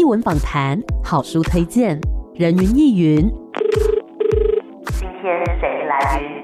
文访谈、好书推荐、人云亦云。 今天谁来云？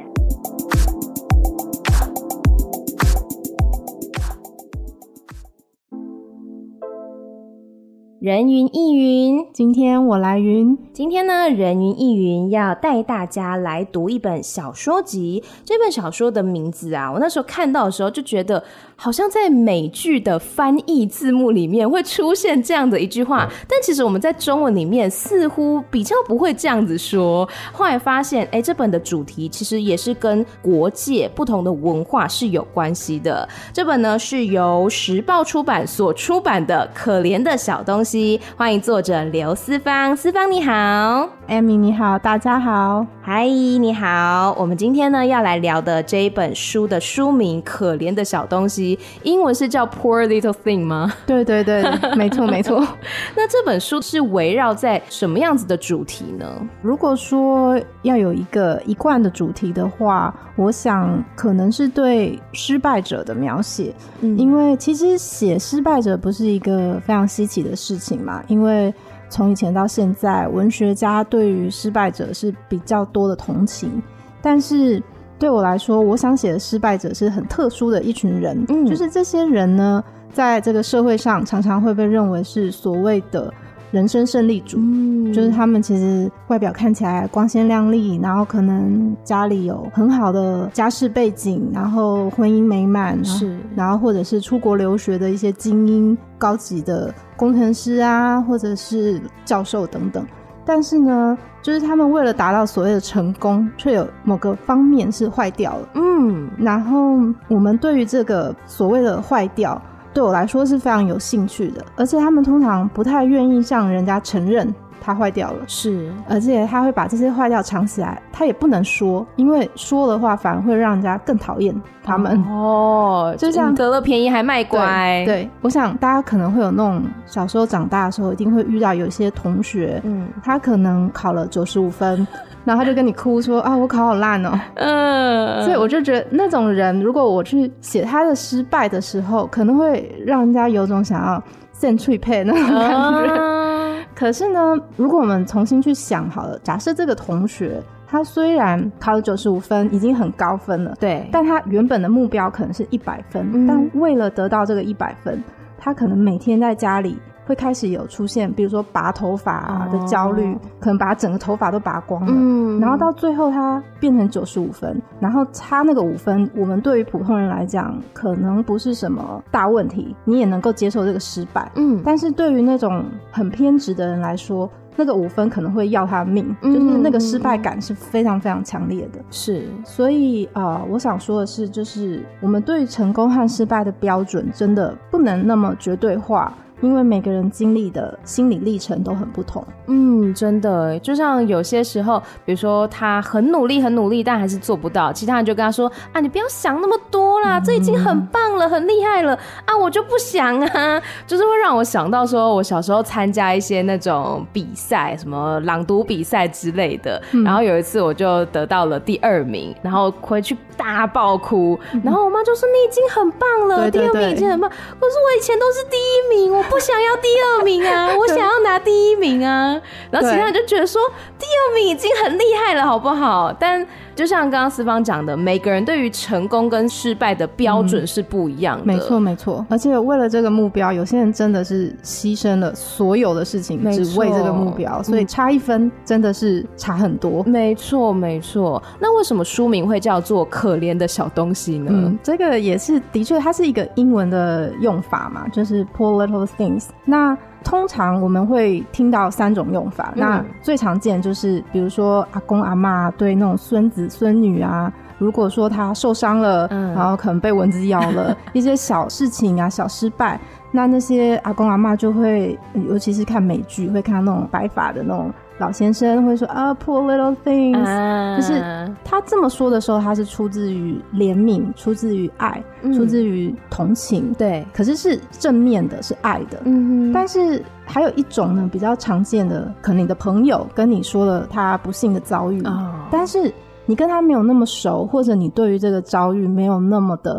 人云亦云， 今天我来云。 今天呢，人云亦云要带大家来读一本小说集。这本小说的名字啊，我那时候看到的时候就觉得好像在美剧的翻译字幕里面会出现这样的一句话，但其实我们在中文里面似乎比较不会这样子说。后来发现这本的主题其实也是跟国界不同的文化是有关系的。这本呢是由时报出版所出版的《可怜的小东西》，欢迎作者刘思芳。思芳你好。 Amy 你好，大家好。 嗨，你好。我们今天呢要来聊的这一本书的书名《可怜的小东西》，英文是叫 Poor Little Thing 吗？ 对对对，没错没错。 那这本书是围绕在什么样子的主题呢？ 如果说要有一个一贯的主题的话，我想可能是对失败者的描写。因为其实写失败者不是一个非常稀奇的事情嘛，因为从以前到现在，文学家对于失败者是比较多的同情，但是对我来说，我想写的失败者是很特殊的一群人。就是这些人呢，在这个社会上常常会被认为是所谓的人生胜利组。就是他们其实外表看起来光鲜亮丽，然后可能家里有很好的家世背景，然后婚姻美满，然后或者是出国留学的一些精英高级的工程师啊，或者是教授等等。但是呢，就是他们为了达到所谓的成功，却有某个方面是坏掉了。然后我们对于这个所谓的坏掉，对我来说是非常有兴趣的，而且他们通常不太愿意向人家承认它坏掉了，而且他会把这些坏掉藏起来，他也不能说，因为说的话反而会让人家更讨厌他们。就像得了便宜还卖乖。 对，我想大家可能会有那种小时候长大的时候一定会遇到有一些同学，他可能考了95分，然后他就跟你哭说啊，我考好烂哦。所以我就觉得那种人，如果我去写他的失败的时候，可能会让人家有种想要扇脆配那种感觉。可是呢，如果我们重新去想好了，假设这个同学他虽然考了95分，已经很高分了， 对， 但他原本的目标可能是100分，但为了得到这个100分，他可能每天在家里会开始有出现比如说拔头发的焦虑，可能把整个头发都拔光了，然后到最后他变成95分，然后差那个5分，我们对于普通人来讲可能不是什么大问题，你也能够接受这个失败。但是对于那种很偏执的人来说，那个5分可能会要他的命，就是那个失败感是非常非常强烈的。所以我想说的是，就是我们对于成功和失败的标准真的不能那么绝对化，因为每个人经历的心理历程都很不同。 真的，就像有些时候比如说他很努力但还是做不到，其他人就跟他说啊，你不要想那么多啦，这已经很棒了，很厉害了啊，我就不想啊。就是会让我想到说我小时候参加一些那种比赛，什么朗读比赛之类的，然后有一次我就得到了第2名，然后回去大爆哭，然后我妈就说你已经很棒了，第2名已经很棒。可是我以前都是第1名，我不想要第2名啊，我想要拿第1名啊。然后其他人就觉得说第2名已经很厉害了好不好，但就像刚刚思芳讲的，每个人对于成功跟失败的标准是不一样的。 没错没错，而且为了这个目标，有些人真的是牺牲了所有的事情只为这个目标，所以差1分真的是差很多。 没错没错。那为什么书名会叫做可怜的小东西呢？ 这个也是的确它是一个英文的用法嘛，就是 Poor Little Things。那通常我们会听到3种用法，那最常见就是比如说阿公阿嬷对那种孙子孙女啊，如果说他受伤了，然后可能被蚊子咬了一些小事情啊，小失败，那些阿公阿嬷就会，尤其是看美剧会看到那种白发的那种老先生会说啊 poor little things，就是他这么说的时候，他是出自于怜悯，出自于爱，出自于同情， 对， 可是是正面的，是爱的。但是还有一种呢，比较常见的，可能你的朋友跟你说了他不幸的遭遇，但是你跟他没有那么熟，或者你对于这个遭遇没有那么的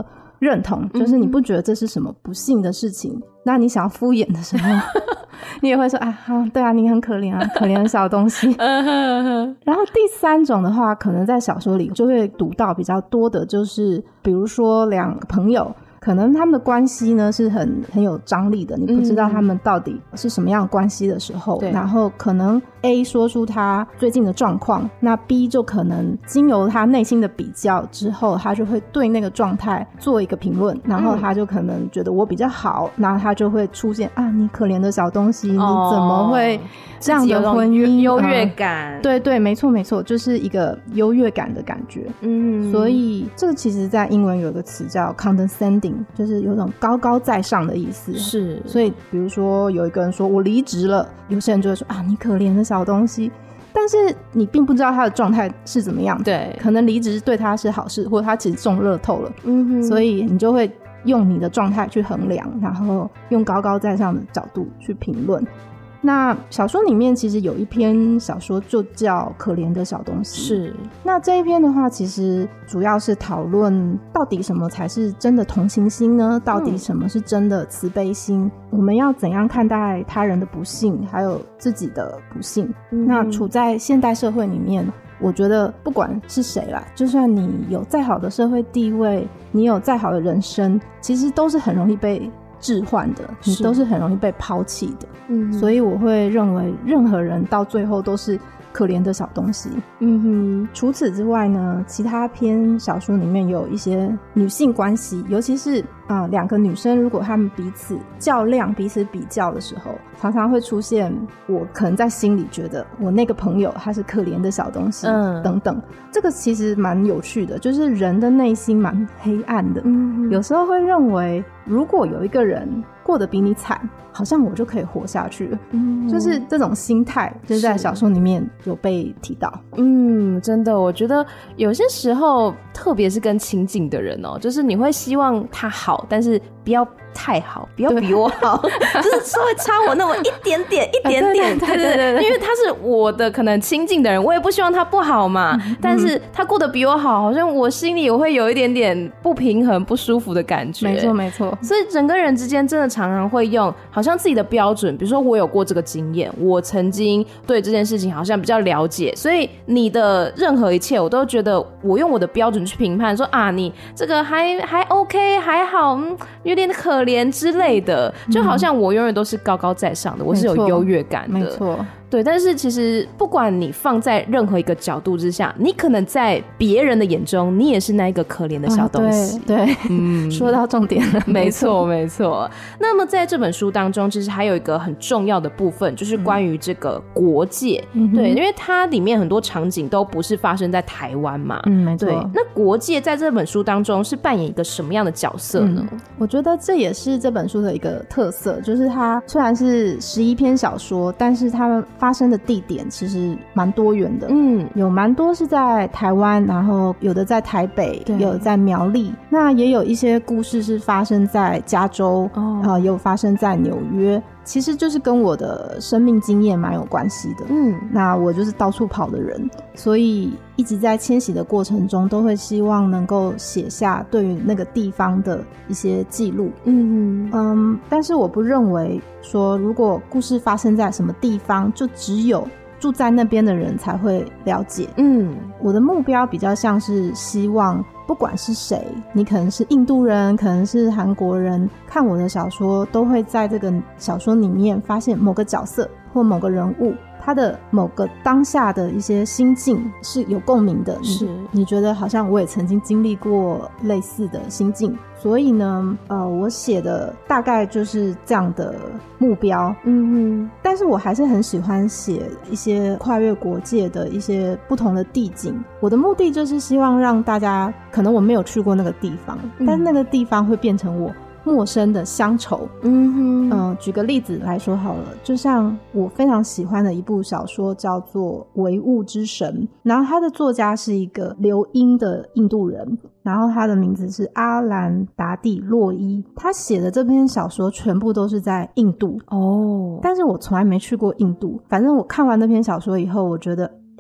认同，就是你不觉得这是什么不幸的事情，那你想要敷衍的时候你也会说对啊，你很可怜啊，可怜的小东西然后第三种的话，可能在小说里就会读到比较多的，就是比如说两个朋友，可能他们的关系呢是很有张力的，你不知道他们到底是什么样的关系的时候，然后可能 A 说出他最近的状况，那 B 就可能经由他内心的比较之后，他就会对那个状态做一个评论，然后他就可能觉得我比较好，然后他就会出现你可怜的小东西，你怎么会这样的婚姻， 优越感， 对对，没错没错，就是一个优越感的感觉。所以这个其实在英文有一个词叫 condescending， 就是有种高高在上的意思。 是， 所以比如说有一个人说我离职了，有些人就会说你可怜的小东西，但是你并不知道他的状态是怎么样的， 对， 可能离职对他是好事，或者他其实中乐透了，所以你就会用你的状态去衡量，然后用高高在上的角度去评论。那小说里面其实有一篇小说就叫《可怜的小东西》， 是。 那这一篇的话，其实主要是讨论到底什么才是真的同情心呢？到底什么是真的慈悲心？我们要怎样看待他人的不幸，还有自己的不幸？那处在现代社会里面，我觉得不管是谁啦，就算你有再好的社会地位，你有再好的人生，其实都是很容易被置换的，你都是很容易被抛弃的。所以我会认为任何人到最后都是可怜的小东西。除此之外呢，其他篇小说里面有一些女性关系，尤其是两个女生如果她们彼此较量彼此比较的时候，常常会出现我可能在心里觉得我那个朋友她是可怜的小东西等等。这个其实蛮有趣的，就是人的内心蛮黑暗的，有时候会认为如果有一个人过得比你惨，好像我就可以活下去了，就是这种心态就是在小说里面有被提到。 真的，我觉得有些时候特别是跟亲近的人就是你会希望他好，但是不要太好，不要比我好就是稍微差我那么一点点对，因为他是我的可能亲近的人，我也不希望他不好嘛，但是他过得比我好，好像我心里也会有一点点不平衡不舒服的感觉。 没错没错， 所以整个人之间真的常常会用好像自己的标准，比如说我有过这个经验，我曾经对这件事情好像比较了解，所以你的任何一切我都觉得我用我的标准去评判，说你这个还 OK 还好，有点可怜之类的，就好像我永远都是高高在上的，我是有优越感的。 没错， 对，但是其实不管你放在任何一个角度之下，你可能在别人的眼中你也是那一个可怜的小东西。 对，说到重点了。 没错没错。那么在这本书当中其实还有一个很重要的部分，就是关于这个国界。对，因为它里面很多场景都不是发生在台湾嘛。 没错。 对，那国界在这本书当中是扮演一个什么样的角色呢？ 我觉得这也是这本书的一个特色，就是它虽然是11篇小说，但是它发生的地点其实蛮多元的。有蛮多是在台湾，然后有的在台北，有的在苗栗，那也有一些故事是发生在加州，也有发生在纽约，其实就是跟我的生命经验蛮有关系的。那我就是到处跑的人，所以一直在迁徙的过程中都会希望能够写下对于那个地方的一些记录。但是我不认为说如果故事发生在什么地方就只有住在那边的人才会了解。我的目标比较像是希望不管是谁，你可能是印度人，可能是韩国人，看我的小说都会在这个小说里面发现某个角色或某个人物他的某个当下的一些心境是有共鸣的，是你觉得好像我也曾经经历过类似的心境，所以呢我写的大概就是这样的目标。但是我还是很喜欢写一些跨越国界的一些不同的地景，我的目的就是希望让大家可能我没有去过那个地方，但是那个地方会变成我陌生的乡愁。举个例子来说好了，就像我非常喜欢的一部小说叫做《唯物之神》，然后他的作家是一个留英的印度人，然后他的名字是阿兰达蒂洛伊，他写的这篇小说全部都是在印度。但是我从来没去过印度，反正我看完那篇小说以后，我觉得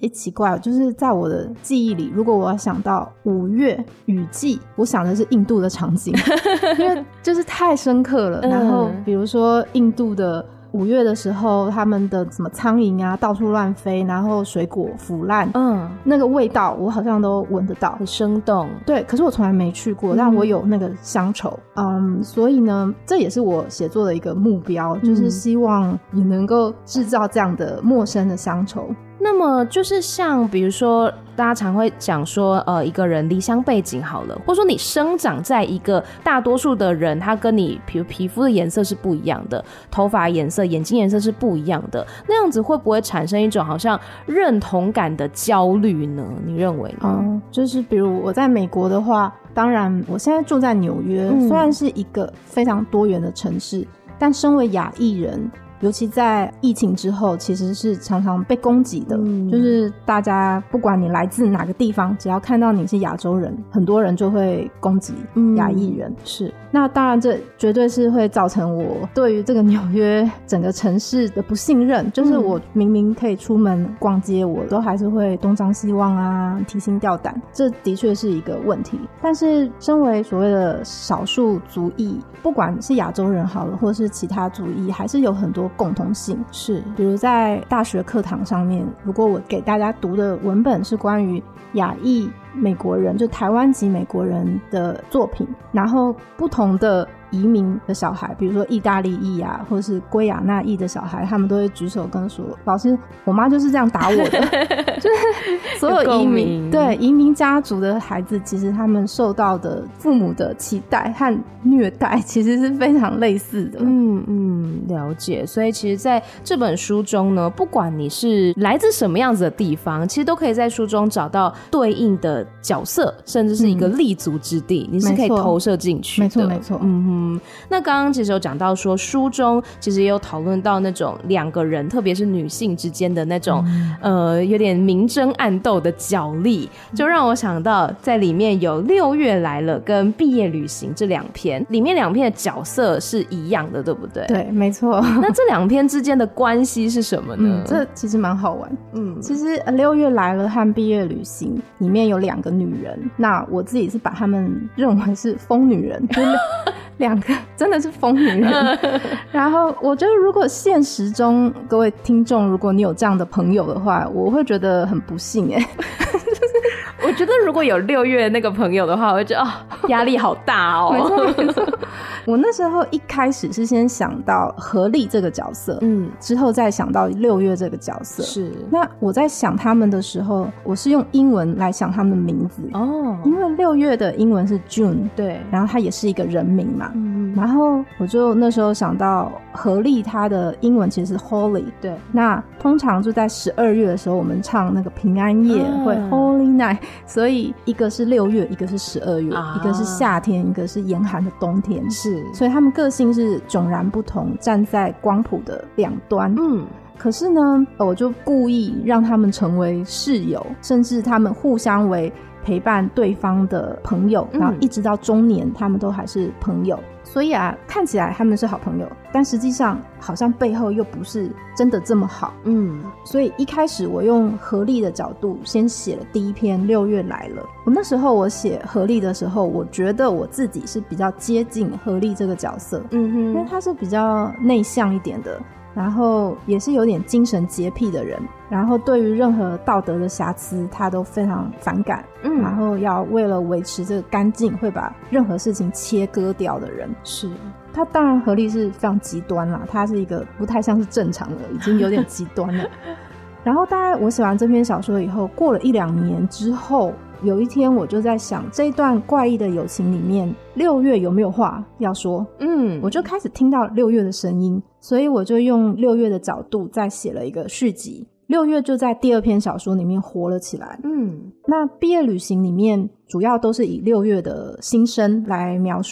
奇怪，就是在我的记忆里，如果我要想到5月雨季，我想的是印度的场景因为就是太深刻了。然后比如说印度的5月的时候，他们的什么苍蝇啊到处乱飞，然后水果腐烂，那个味道我好像都闻得到， 很生动。 对，可是我从来没去过，但我有那个乡愁。所以呢，这也是我写作的一个目标，就是希望也能够制造这样的陌生的乡愁。 那么就是像比如说大家常会讲说一个人离乡背景好了，或者说你生长在一个大多数的人他跟你比如皮肤的颜色是不一样的，头发颜色眼睛颜色是不一样的，那样子会不会产生一种好像认同感的焦虑呢？你认为呢？ 就是比如我在美国的话，当然我现在住在纽约，虽然是一个非常多元的城市，但身为亚裔人，尤其在疫情之后，其实是常常被攻击的，就是大家不管你来自哪个地方，只要看到你是亚洲人，很多人就会攻击亚裔人。 是， 那当然这绝对是会造成我对于这个纽约整个城市的不信任，就是我明明可以出门逛街，我都还是会东张西望啊，提心吊胆，这的确是一个问题。但是身为所谓的少数族裔，不管是亚洲人好了，或是其他族裔，还是有很多共同性。是，比如在大学课堂上面，如果我给大家读的文本是关于亚裔美国人，就台湾籍美国人的作品，然后不同的移民的小孩，比如说意大利裔啊，或是圭亚那裔的小孩，他们都会举手跟说，老师我妈就是这样打我的就是所有移民，对，移民家族的孩子，其实他们受到的父母的期待和虐待其实是非常类似的。 了解。所以其实在这本书中呢，不管你是来自什么样子的地方，其实都可以在书中找到对应的角色，甚至是一个立足之地，你是可以投射进去的。 没错没错。 那刚刚其实有讲到说，书中其实也有讨论到那种两个人，特别是女性之间的那种有点明争暗斗的角力，就让我想到在里面有6月来了跟毕业旅行这2篇，里面2篇的角色是一样的，对不对？ 对，没错。 那这2篇之间的关系是什么呢？ 这其实蛮好玩。其实6月来了和毕业旅行里面有2个女人，那我自己是把她们认为是疯女人2个真的是疯女人然后我觉得如果现实中各位听众，如果你有这样的朋友的话，我会觉得很不幸我觉得如果有6月那个朋友的话，我会觉得压力好大哦。 没错没错。我那时候一开始是先想到何丽这个角色，之后再想到6月这个角色。是，那我在想他们的时候，我是用英文来想他们的名字因为6月的英文是 June， 对，然后它也是一个人名嘛。然后我就那时候想到何丽，她的英文其实是 Holy， 对，那通常就在12月的时候，我们唱那个平安夜会 Holy Night， 所以一个是6月，一个是12月，一个是夏天，一个是严寒的冬天，是，所以他们个性是迥然不同，站在光谱的两端。可是呢，我就故意让他们成为室友，甚至他们互相为陪伴对方的朋友，然后一直到中年他们都还是朋友。所以啊，看起来他们是好朋友，但实际上好像背后又不是真的这么好。所以一开始我用何丽的角度先写了第一篇6月来了。我那时候我写何丽的时候，我觉得我自己是比较接近何丽这个角色，因为她是比较内向一点的，然后也是有点精神洁癖的人，然后对于任何道德的瑕疵他都非常反感，然后要为了维持这个干净会把任何事情切割掉的人。是，他当然何丽是非常极端啦，他是一个不太像是正常的，已经有点极端了然后大概我写完这篇小说以后，过了1-2年之后，有一天我就在想，这一段怪异的友情里面6月有没有话要说。我就开始听到6月的声音，所以我就用6月的角度再写了一个续集。6月就在第2篇小说里面活了起来。那毕业旅行里面主要都是以6月的心声来描述，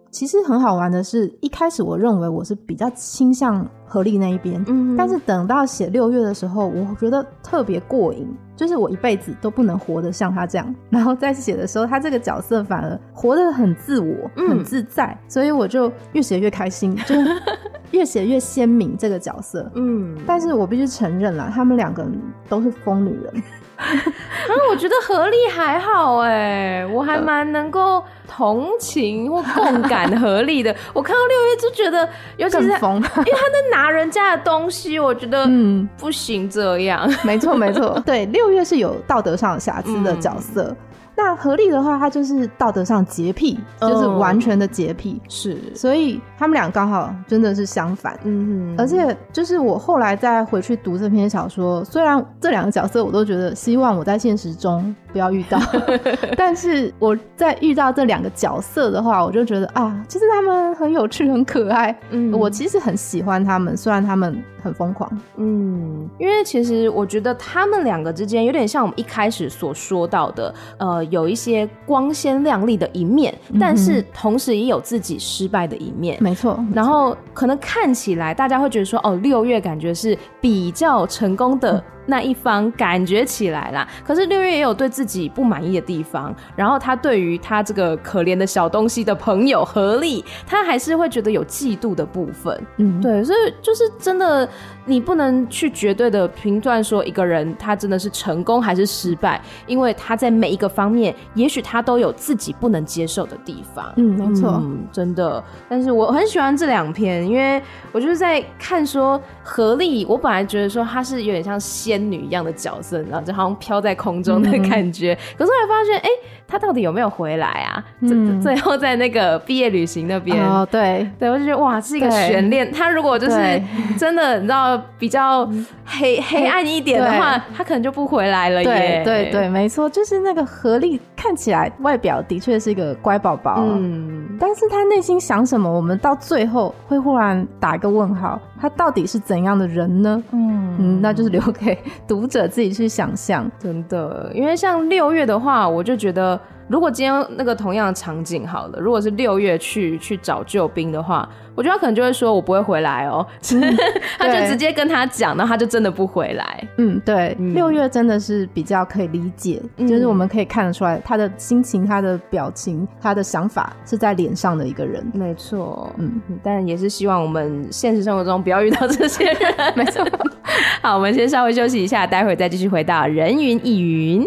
其实很好玩的是，一开始我认为我是比较倾向合力那一边，但是等到写6月的时候，我觉得特别过瘾，就是我一辈子都不能活得像他这样。然后在写的时候，他这个角色反而活得很自我，很自在，所以我就越写越开心，就越写越鲜明这个角色。但是我必须承认啦，他们2个人都是疯女人。 我觉得合力还好我还蛮能够同情或共感合力的。我看到6月就觉得，尤其是因为他在拿人家的东西，我觉得不行这样。 没错没错，对，6月是有道德上瑕疵的角色。那合力的话，他就是道德上洁癖，就是完全的洁癖， 是， 所以他们俩刚好真的是相反。而且就是我后来再回去读这篇小说，虽然这2个角色我都觉得希望我在现实中不要遇到但是我在遇到这2个角色的话，我就觉得啊，其实他们很有趣很可爱。我其实很喜欢他们，虽然他们很疯狂。 因为其实我觉得他们2个之间有点像我们一开始所说到的，有一些光鲜亮丽的一面，但是同时也有自己失败的一面。 没错。 然后可能看起来大家会觉得说，6月感觉是比较成功的那一方，感觉起来啦。可是6月也有对自己不满意的地方，然后他对于他这个可怜的小东西的朋友合力，他还是会觉得有嫉妒的部分。对，所以就是真的你不能去绝对的评断说一个人他真的是成功还是失败，因为他在每一个方面也许他都有自己不能接受的地方。 没错。 真的。但是我很喜欢这2篇，因为我就是在看说合力，我本来觉得说他是有点像仙女一样的角色，然后就好像飘在空中的感觉，可是后来发现他到底有没有回来啊？最后在那个毕业旅行那边， 对， 我就觉得哇，是一个悬念。他如果就是真的你知道比较黑暗一点的话，他可能就不回来了耶。 对对，没错，就是那个合力看起来外表的确是一个乖宝宝，但是他内心想什么，我们到最后会忽然打一个问号，他到底是怎样的人呢？那就是留给读者自己去想象。 真的，因为像6月的话，我就觉得如果今天那个同样的场景好了，如果是6月去找救兵的话，我觉得他可能就会说我不会回来哦他就直接跟他讲，然后他就真的不回来。 对，6月真的是比较可以理解，就是我们可以看得出来他的心情、他的表情、他的想法是在脸上的一个人。 没错。但也是希望我们现实生活中不要遇到这些人没错。 好，我们先稍微休息一下，待会儿再继续回到人云亦云。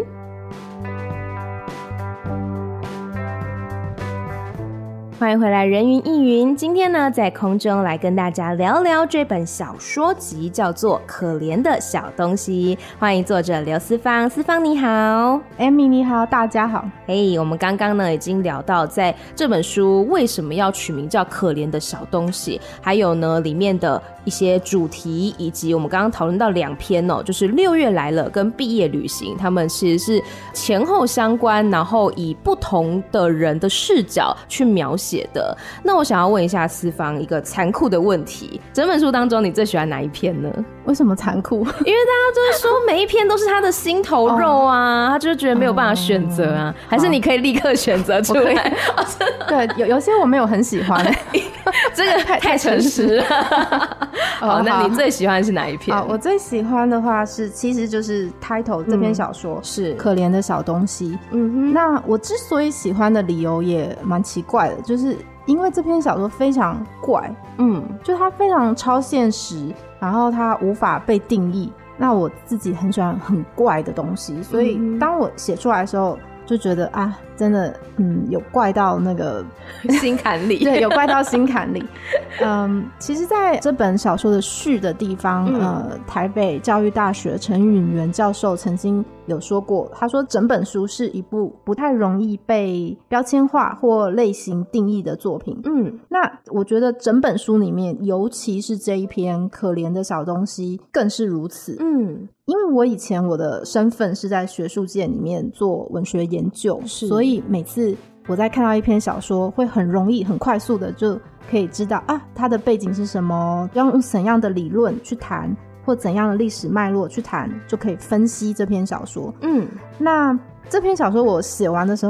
欢迎回来人云亦云，今天呢在空中来跟大家聊聊这本小说集，叫做《可怜的小东西》。欢迎作者刘思芳。思芳你好。 Amy 你好，大家好。 我们刚刚呢已经聊到在这本书为什么要取名叫可怜的小东西，还有呢里面的一些主题，以及我们刚刚讨论到2篇就是6月来了跟毕业旅行，他们其实是前后相关，然后以不同的人的视角去描写的。那我想要问一下思芳一个残酷的问题，整本书当中你最喜欢哪一篇呢？ 为什么残酷？因为大家就是说每一篇都是他的心头肉啊他就是觉得没有办法选择啊还是你可以立刻选择出来？ 对，有些我没有很喜欢这个太诚实了好，那你最喜欢是哪一篇？ 我最喜欢的话是其实就是 title 这篇小说， 是可怜的小东西。那我之所以喜欢的理由也蛮奇怪的，就是因为这篇小说非常怪，就它非常超现实，然后它无法被定义。那我自己很喜欢很怪的东西，所以当我写出来的时候就觉得啊，真的有怪到那个心坎里对，有怪到心坎里其实在这本小说的序的地方台北教育大学陈允元教授曾经有说过，他说整本书是一部不太容易被标签化或类型定义的作品。那我觉得整本书里面尤其是这一篇可怜的小东西更是如此。因为我以前我的身份是在学术界里面做文学研究，所以每次我在看到一篇小说会很容易很快速的就可以知道它的背景是什么，要用怎样的理论去谈，或怎样的历史脉络去谈，就可以分析这篇小说。那这篇小说我写完的时候，我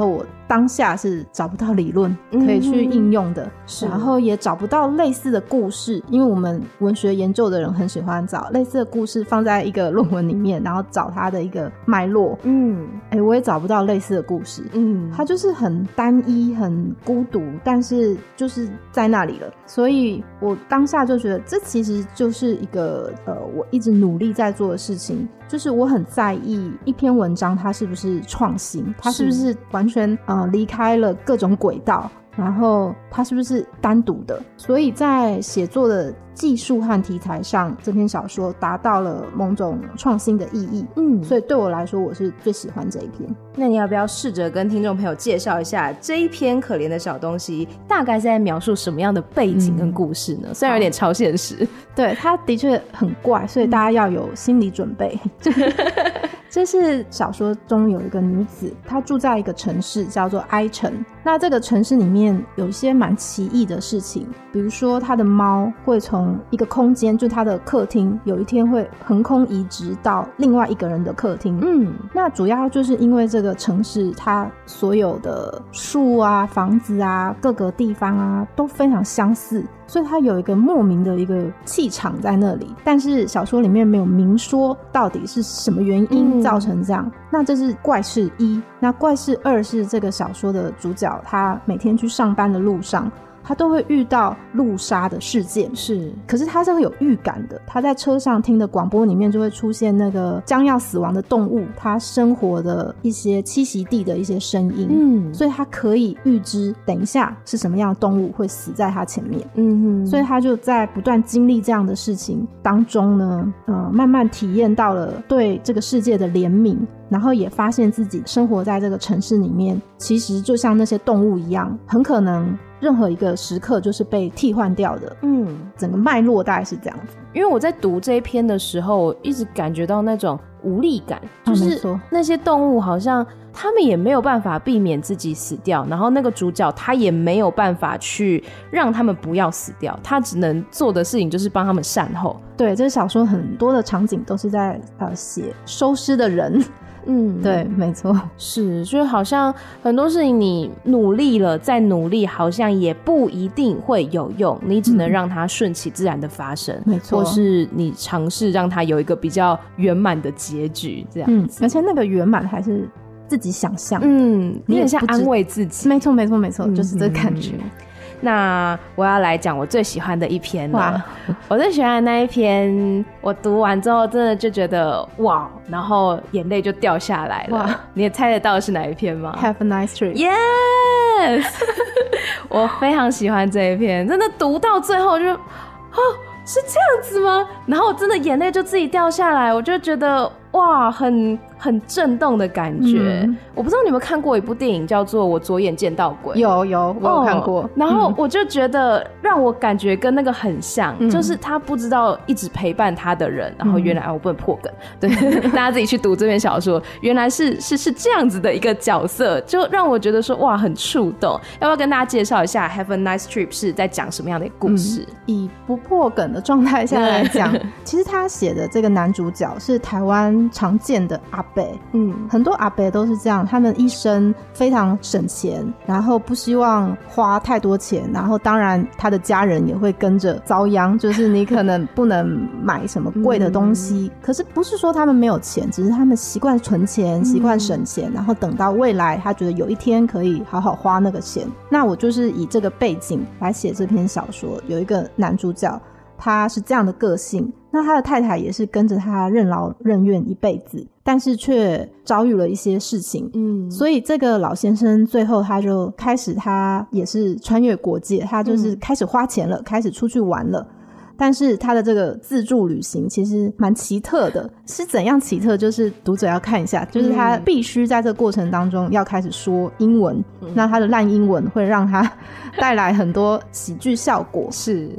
当下是找不到理论可以去应用的，然后也找不到类似的故事，因为我们文学研究的人很喜欢找类似的故事放在一个论文里面，然后找它的一个脉络。我也找不到类似的故事。它就是很单一很孤独，但是就是在那里了。所以我当下就觉得这其实就是一个我一直努力在做的事情，就是我很在意一篇文章它是不是创新，它是不是完全离开了各种轨道，然后它是不是单独的。所以在写作的技术和题材上，这篇小说达到了某种创新的意义。所以对我来说我是最喜欢这一篇。 那你要不要试着跟听众朋友介绍一下这一篇可怜的小东西大概是在描述什么样的背景跟故事呢？虽然有点超现实。 对，它的确很怪，所以大家要有心理准备。这是小说中有一个女子，她住在一个城市叫做埃城。那这个城市里面有一些蛮奇异的事情，比如说她的猫会从一个空间，就她的客厅，有一天会横空移植到另外一个人的客厅。那主要就是因为这个城市它所有的树啊房子啊各个地方啊都非常相似，所以它有一个莫名的一个气场在那里，但是小说里面没有明说到底是什么原因造成这样。那这是怪事一。那怪事二是这个小说的主角，他每天去上班的路上他都会遇到路杀的事件，可是他是会有预感的，他在车上听的广播里面就会出现那个将要死亡的动物他生活的一些栖息地的一些声音。所以他可以预知等一下是什么样的动物会死在他前面。所以他就在不断经历这样的事情当中呢，慢慢体验到了对这个世界的怜悯，然后也发现自己生活在这个城市里面其实就像那些动物一样，很可能任何一个时刻就是被替换掉的。整个脉络大概是这样子。 因为我在读这一篇的时候，我一直感觉到那种无力感，就是那些动物好像他们也没有办法避免自己死掉，然后那个主角他也没有办法去让他们不要死掉，他只能做的事情就是帮他们善后。 对，这小说很多的场景都是在写收尸的人。对，没错， 是，就好像很多事情你努力了再努力好像也不一定会有用，你只能让它顺其自然的发生。 没错， 或是你尝试让它有一个比较圆满的结局这样子。 而且那个圆满还是自己想象。 你很像安慰自己。 没错没错没错，就是这个感觉。 那我要来讲我最喜欢的一篇了。我最喜欢的那一篇，我读完之后真的就觉得哇，然后眼泪就掉下来了。你也猜得到是哪一篇吗？ Have a nice trip。 Yes 我非常喜欢这一篇，真的读到最后就是这样子吗？然后我真的眼泪就自己掉下来，我就觉得哇，很震动的感觉。我不知道你有没有看过一部电影叫做《我左眼见到鬼》。 有我有看过。 然后我就觉得让我感觉跟那个很像，就是他不知道一直陪伴他的人，然后原来我不能破梗，对大家自己去读这篇小说，原来是这样子的一个角色，就让我觉得说哇，很触动。要不要跟大家介绍一下 Have a nice trip 是在讲什么样的故事？ 以不破梗的状态下来讲其实他写的这个男主角是台湾常见的阿伯。很多阿伯都是这样，他们一生非常省钱，然后不希望花太多钱，然后当然他的家人也会跟着遭殃，就是你可能不能买什么贵的东西可是不是说他们没有钱，只是他们习惯存钱，习惯省钱，然后等到未来他觉得有一天可以好好花那个钱。那我就是以这个背景来写这篇小说，有一个男主角他是这样的个性，那他的太太也是跟着他任劳任怨一辈子，但是却遭遇了一些事情。所以这个老先生最后他就开始，他也是穿越国界，他就是开始花钱了，开始出去玩了。但是他的这个自助旅行其实蛮奇特的，是怎样奇特就是读者要看一下，就是他必须在这个过程当中要开始说英文，那他的烂英文会让他带来很多喜剧效果。 是， 但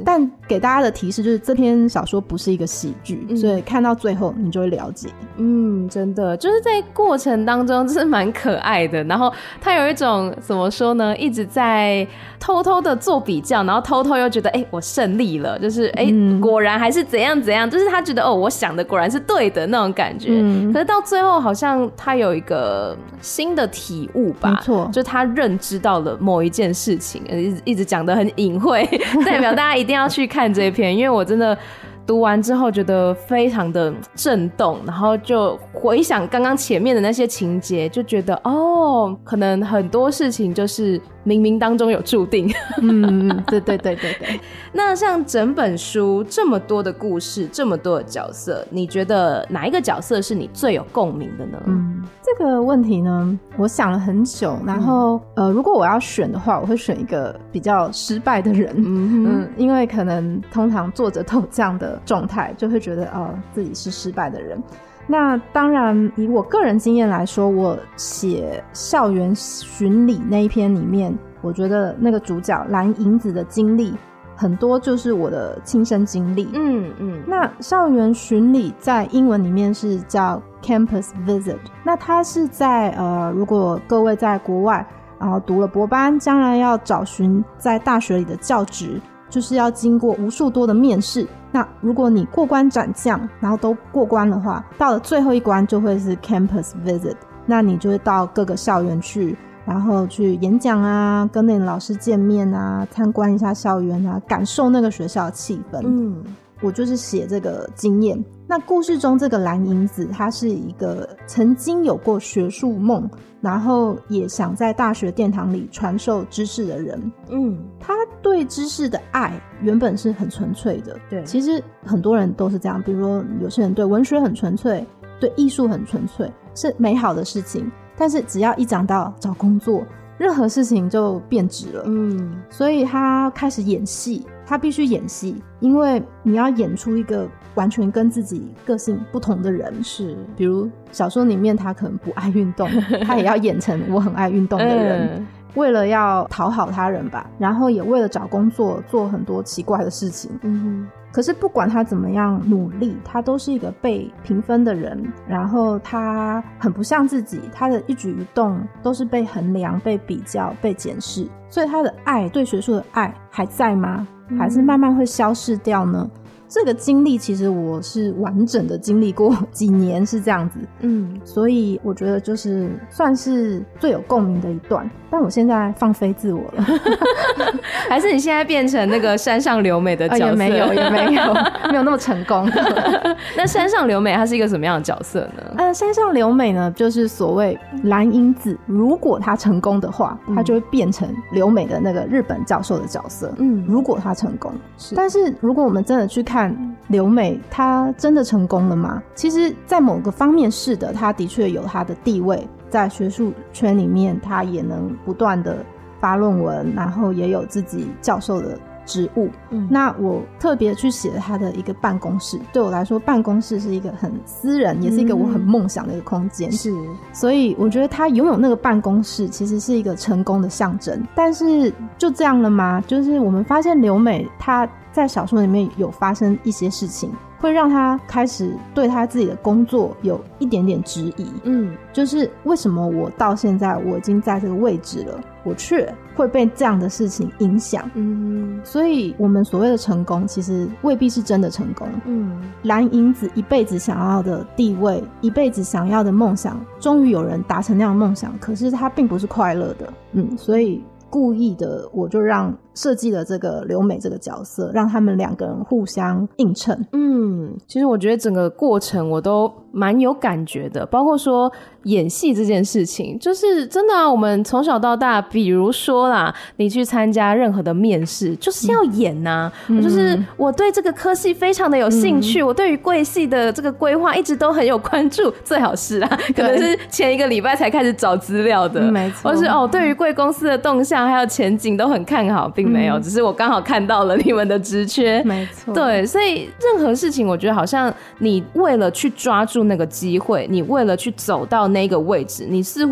给大家的提示就是这篇小说不是一个喜剧，所以看到最后你就会了解。 真的就是在过程当中就是蛮可爱的，然后他有一种怎么说呢，一直在偷偷的做比较，然后偷偷又觉得我胜利了，就是果然还是怎样怎样，就是他觉得我想的果然是对的那种感觉。可是到最后好像他有一个新的体悟吧， 没错， 就他认知到了某一件事情，一直讲得很隐晦代表大家一定要去看这篇，因为我真的读完之后觉得非常的震动，然后就回想刚刚前面的那些情节，就觉得可能很多事情就是冥冥当中有注定。 对。 那像整本书这么多的故事，这么多的角色，你觉得哪一个角色是你最有共鸣的呢？ 这个问题呢，我想了很久，然后如果我要选的话，我会选一个比较失败的人。因为可能通常作者都有这样的状态，就会觉得自己是失败的人。那当然以我个人经验来说，我写校园巡礼那一篇里面，我觉得那个主角蓝银子的经历很多就是我的亲身经历。那校园巡礼在英文里面是叫 campus visit， 那它是在如果各位在国外然后读了博班，将来要找寻在大学里的教职，就是要经过无数多的面试。那如果你过关斩将然后都过关的话，到了最后一关就会是 campus visit， 那你就会到各个校园去，然后去演讲啊，跟那个老师见面啊，参观一下校园啊，感受那个学校的气氛。我就是写这个经验。那故事中这个蓝银子，她是一个曾经有过学术梦，然后也想在大学殿堂里传授知识的人。她对知识的爱原本是很纯粹的。对，其实很多人都是这样，比如说有些人对文学很纯粹，对艺术很纯粹，是美好的事情，但是只要一讲到找工作，任何事情就变质了。所以他开始演戏，他必须演戏，因为你要演出一个完全跟自己个性不同的人。是，比如小说里面他可能不爱运动，他也要演成我很爱运动的人。为了要讨好他人吧，然后也为了找工作做很多奇怪的事情。可是不管他怎么样努力，他都是一个被评分的人，然后他很不像自己，他的一举一动都是被衡量、被比较、被检视。所以他的爱，对学术的爱还在吗？还是慢慢会消逝掉呢？这个经历其实我是完整的经历过几年，是这样子。所以我觉得就是算是最有共鸣的一段。但我现在放飞自我了还是你现在变成那个山上留美的角色？ 也没有没有那么成功那山上留美她是一个什么样的角色呢？ 山上留美呢，就是所谓蓝银子，如果她成功的话，她就会变成留美的那个日本教授的角色。如果她成功。但是如果我们真的去看留美，她真的成功了吗？其实在某个方面是的，她的确有她的地位，在学术圈里面她也能不断的发论文，然后也有自己教授的职务。那我特别去写了他的一个办公室，对我来说办公室是一个很私人，也是一个我很梦想的一个空间。是，所以我觉得他拥有那个办公室其实是一个成功的象征。但是就这样了吗？就是我们发现留美他在小说里面有发生一些事情，会让他开始对他自己的工作有一点点质疑。就是为什么我到现在我已经在这个位置了，我却会被这样的事情影响。所以我们所谓的成功其实未必是真的成功。蓝银子一辈子想要的地位，一辈子想要的梦想，终于有人达成那样的梦想，可是他并不是快乐的。所以故意的我就设计了这个留美这个角色，让他们两个人互相映衬。 其实我觉得整个过程我都蛮有感觉的，包括说演戏这件事情，就是真的啊，我们从小到大，比如说啦，你去参加任何的面试就是要演啊。就是我对这个科系非常的有兴趣，我对于贵系的这个规划一直都很有关注，最好是啊，可能是前一个礼拜才开始找资料的。没错。或是对于贵公司的动向还有前景都很看好，并没有，只是我刚好看到了你们的职缺。没错。对，所以任何事情我觉得好像你为了去抓住那个机会，你为了去走到那个位置，你似乎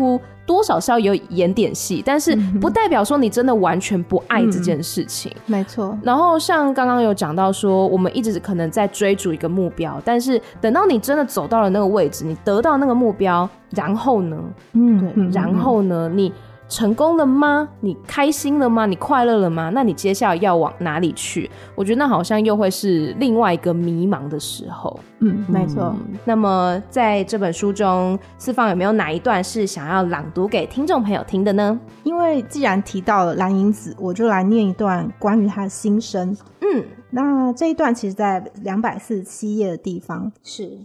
多少是要有演点戏，但是不代表说你真的完全不爱这件事情。 没错。 然后像刚刚有讲到说，我们一直可能在追逐一个目标，但是等到你真的走到了那个位置，你得到那个目标，然后呢？对，然后呢？你成功了吗？你开心了吗？你快乐了吗？那你接下来要往哪里去？我觉得那好像又会是另外一个迷茫的时候。 没错。 那么在这本书中，四方有没有哪一段是想要朗读给听众朋友听的呢？ 因为既然提到了蓝银子，我就来念一段关于他的心声。那这一段其实在247页的地方。 是。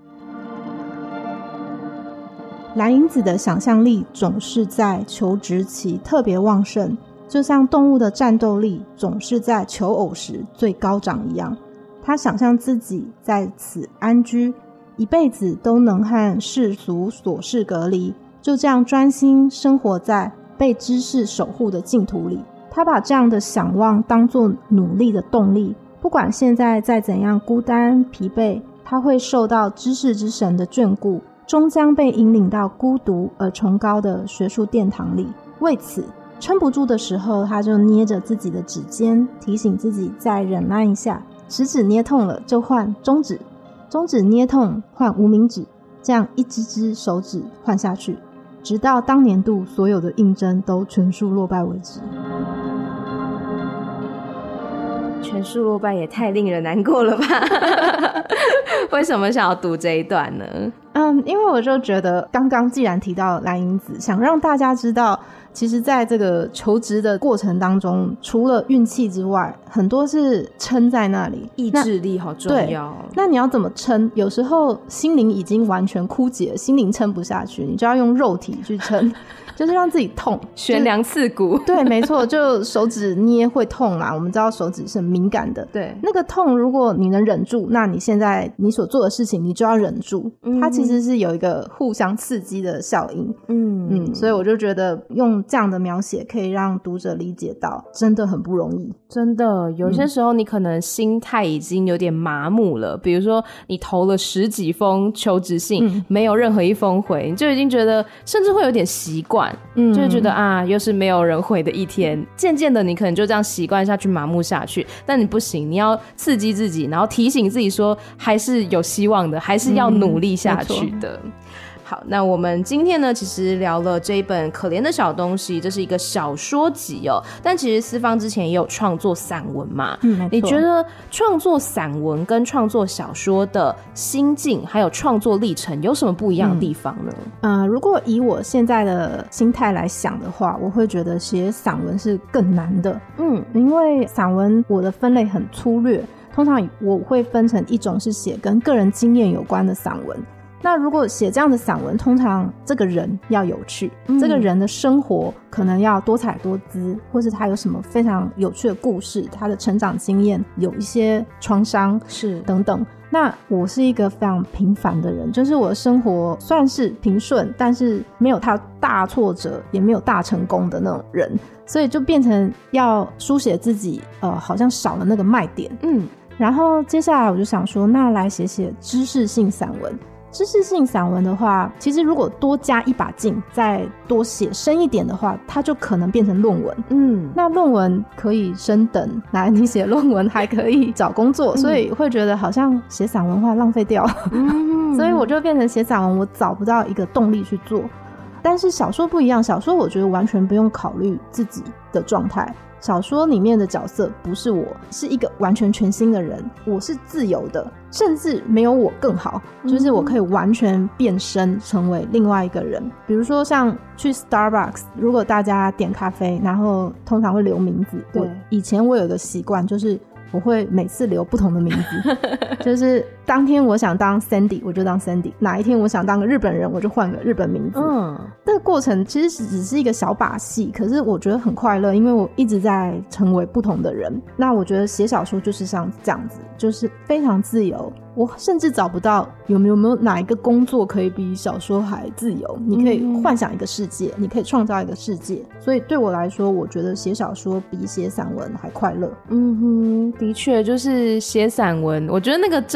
蓝银子的想象力总是在求职期特别旺盛，就像动物的战斗力总是在求偶时最高涨一样。他想象自己在此安居，一辈子都能和世俗琐事隔离，就这样专心生活在被知识守护的净土里。他把这样的想望当作努力的动力，不管现在再怎样孤单疲惫，他会受到知识之神的眷顾，终将被引领到孤独而崇高的学术殿堂里。为此撑不住的时候，他就捏着自己的指尖，提醒自己再忍耐一下，食指捏痛了就换中指，中指捏痛换无名指，这样一只只手指换下去，直到当年度所有的应征都全数落败为止。 全数落败也太令人难过了吧为什么想要读这一段呢？ 因为我就觉得刚刚既然提到蓝银子，想让大家知道其实在这个求职的过程当中，除了运气之外，很多是撑在那里， 意志力好重要。 那你要怎么撑？有时候心灵已经完全枯竭，心灵撑不下去，你就要用肉体去撑就是让自己痛， 悬梁刺股。 对，没错，就手指捏会痛嘛，我们知道手指是很敏感的。 对， 那个痛如果你能忍住，那你现在你所做的事情你就要忍住。它其实是有一个互相刺激的效应。所以我就觉得用这样的描写可以让读者理解到真的很不容易。 真的有些时候你可能心态已经有点麻木了，比如说你投了10几封求职信，没有任何一封回，你就已经觉得甚至会有点习惯，就会觉得啊又是没有人回的一天，渐渐的你可能就这样习惯下去，麻木下去。但你不行，你要刺激自己，然后提醒自己说还是有希望的，还是要努力下去的。好，那我们今天呢其实聊了这一本可怜的小东西，这是一个小说集哦，但其实思芳之前也有创作散文嘛。你觉得创作散文跟创作小说的心境还有创作历程有什么不一样的地方呢？ 如果以我现在的心态来想的话，我会觉得写散文是更难的。因为散文我的分类很粗略，通常我会分成一种是写跟个人经验有关的散文，那如果写这样的散文，通常这个人要有趣，这个人的生活可能要多彩多姿，或是他有什么非常有趣的故事，他的成长经验有一些创伤是等等。那我是一个非常平凡的人，就是我的生活算是平顺，但是没有他大挫折，也没有大成功的那种人，所以就变成要书写自己好像少了那个卖点。然后接下来我就想说，那来写写知识性散文。知识性散文的话，其实如果多加一把劲，再多写深一点的话，它就可能变成论文。那论文可以升等，来你写论文还可以找工作，所以会觉得好像写散文话浪费掉。所以我就变成写散文我找不到一个动力去做。但是小说不一样，小说我觉得完全不用考虑自己的状态，小说里面的角色不是我，是一个完全全新的人，我是自由的，甚至没有我更好，就是我可以完全变身成为另外一个人。比如说像去 Starbucks， 如果大家点咖啡，然后通常会留名字，对，以前我有个习惯，就是我会每次留不同的名字就是当天我想当 Sandy 我就当 Sandy， 哪一天我想当个日本人我就换个日本名字。这个过程其实只是一个小把戏，可是我觉得很快乐，因为我一直在成为不同的人。那我觉得写小说就是像这样子，就是非常自由，我甚至找不到有没有哪一个工作可以比小说还自由。你可以幻想一个世界，你可以创造一个世界，所以对我来说，我觉得写小说比写散文还快乐。 的确，就是写散文，我觉得那个挣扎点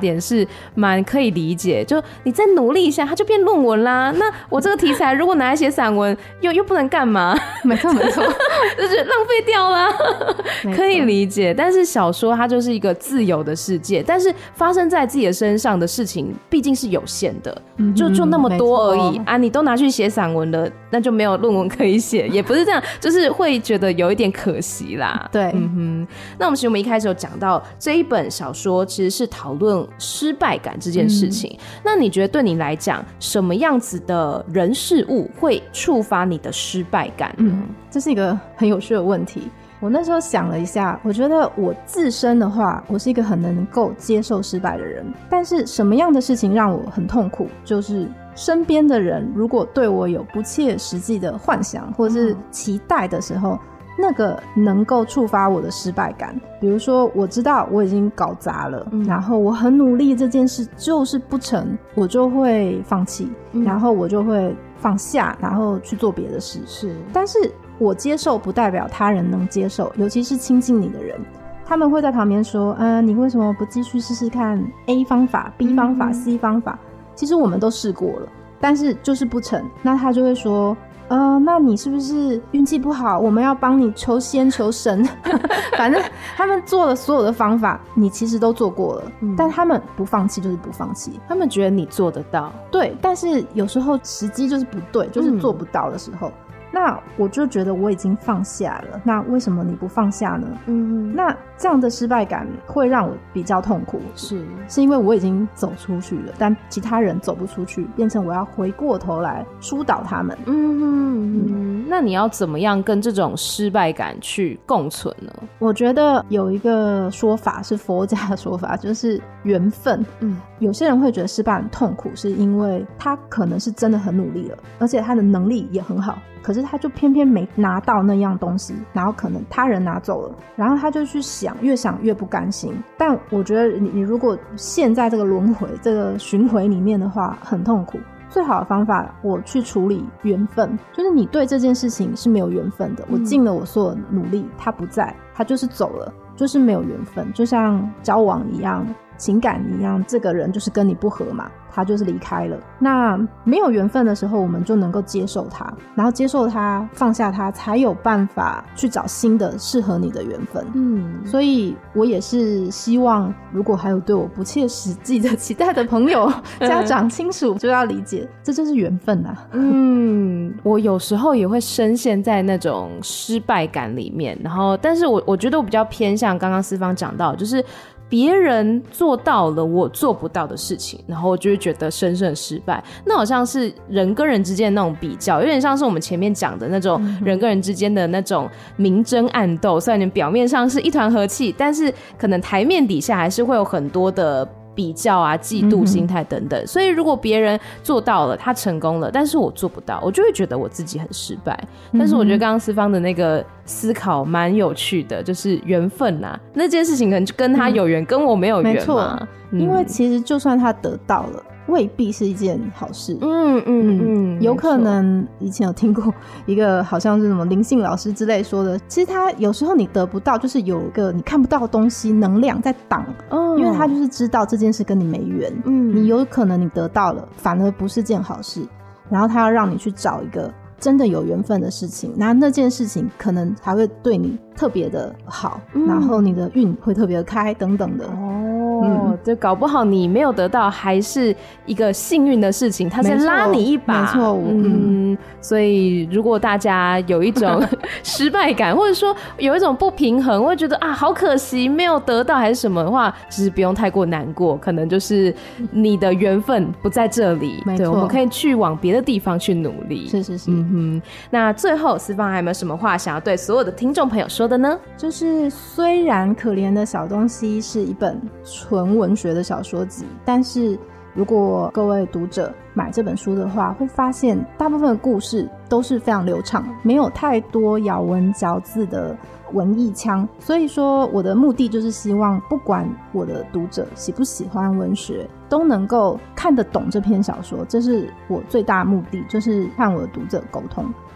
点是蛮可以理解，就你再努力一下它就变论文啦，那我这个题材如果拿来写散文又不能干嘛， 没错没错就是浪费掉啦可以理解。但是小说它就是一个自由的世界，但是发生在自己的身上的事情毕竟是有限的，就那么多而已啊！你都拿去写散文了，那就没有论文可以写，也不是这样，就是会觉得有一点可惜啦。 对， 那我们一开始有讲到这一本小说其实是讨论失败感这件事情，那你觉得对你来讲，什么样子的人事物会触发你的失败感呢？ 这是一个很有趣的问题。我那时候想了一下，我觉得我自身的话，我是一个很能够接受失败的人，但是什么样的事情让我很痛苦，就是身边的人如果对我有不切实际的幻想或是期待的时候，那个能够触发我的失败感。比如说我知道我已经搞砸了，然后我很努力，这件事就是不成，我就会放弃，然后我就会放下，然后去做别的事。是，但是我接受不代表他人能接受，尤其是亲近你的人，他们会在旁边说你为什么不继续试试看 A 方法 B 方法 C 方法，其实我们都试过了，但是就是不成。那他就会说那你是不是运气不好，我们要帮你求仙求神反正他们做了所有的方法你其实都做过了，但他们不放弃就是不放弃， 他们觉得你做得到。 对，但是有时候时机就是不对，就是做不到的时候，那我就觉得我已经放下了，那为什么你不放下呢？那这样的失败感会让我比较痛苦，是因为我已经走出去了，但其他人走不出去，变成我要回过头来疏导他们。 那你要怎么样跟这种失败感去共存呢？ 我觉得有一个说法是佛家的说法，就是缘分。有些人会觉得失败很痛苦，是因为他可能是真的很努力了，而且他的能力也很好，可是他就偏偏没拿到那样东西，然后可能他人拿走了，然后他就去想，越想越不甘心。但我觉得你如果陷在这个轮回这个循环里面的话，很痛苦。最好的方法，我去处理缘分，就是你对这件事情是没有缘分的，我尽了我所有的努力，他不在，他就是走了，就是没有缘分。就像交往一样，情感一样，这个人就是跟你不合嘛，他就是离开了。那没有缘分的时候，我们就能够接受他，然后接受他，放下他，才有办法去找新的适合你的缘分。所以我也是希望，如果还有对我不切实际的期待的朋友家长亲属就要理解，这就是缘分啊。 我有时候也会深陷在那种失败感里面，然后但是我觉得我比较偏向刚刚思芳讲到，就是别人做到了我做不到的事情，然后我就会觉得深深的失败。那好像是人跟人之间的那种比较，有点像是我们前面讲的那种人跟人之间的那种明争暗斗，虽然你表面上是一团和气，但是可能台面底下还是会有很多的比较啊、嫉妒心态等等。所以如果别人做到了，他成功了，但是我做不到，我就会觉得我自己很失败。但是我觉得刚刚思芳的那个思考蛮有趣的，就是缘分啊，那件事情可能就跟他有缘，跟我没有缘嘛。没错， 因为其实就算他得到了，未必是一件好事。有可能以前有听过一个好像是什么灵性老师之类说的，其实他有时候你得不到，就是有一个你看不到的东西能量在挡，因为他就是知道这件事跟你没缘。你有可能你得到了，反而不是件好事，然后他要让你去找一个真的有缘分的事情，那件事情可能还会对你特别的好，然后你的运会特别的开等等的。 就搞不好你没有得到还是一个幸运的事情，他在拉你一把。 没错。 所以如果大家有一种失败感或者说有一种不平衡，会觉得好可惜没有得到还是什么的话，其实不用太过难过，可能就是你的缘分不在这里。对，我们可以去往别的地方去努力。 是。 那最后思芳还有没有什么话想要对所有的听众朋友说的呢？ 就是虽然可怜的小东西是一本纯文学的小说集，但是如果各位读者买这本书的话，会发现大部分的故事都是非常流畅，没有太多咬文嚼字的文艺腔。所以说我的目的就是希望不管我的读者喜不喜欢文学，都能够看得懂这篇小说，这是我最大的目的，就是和我的读者沟通。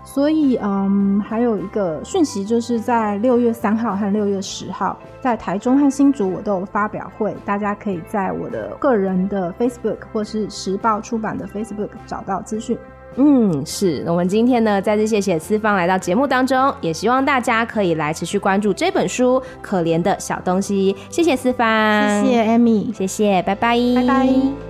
所以还有一个讯息就是在6月3号和6月10号在台中和新竹我都有发表会，大家可以在我的个人的 Facebook 或是时报出版的 Facebook 找到资讯。 是。我们今天呢再次谢谢思芳来到节目当中，也希望大家可以来持续关注这本书《可怜的小东西》。谢谢思芳， 谢谢 Amy， 谢谢，拜拜， 拜拜。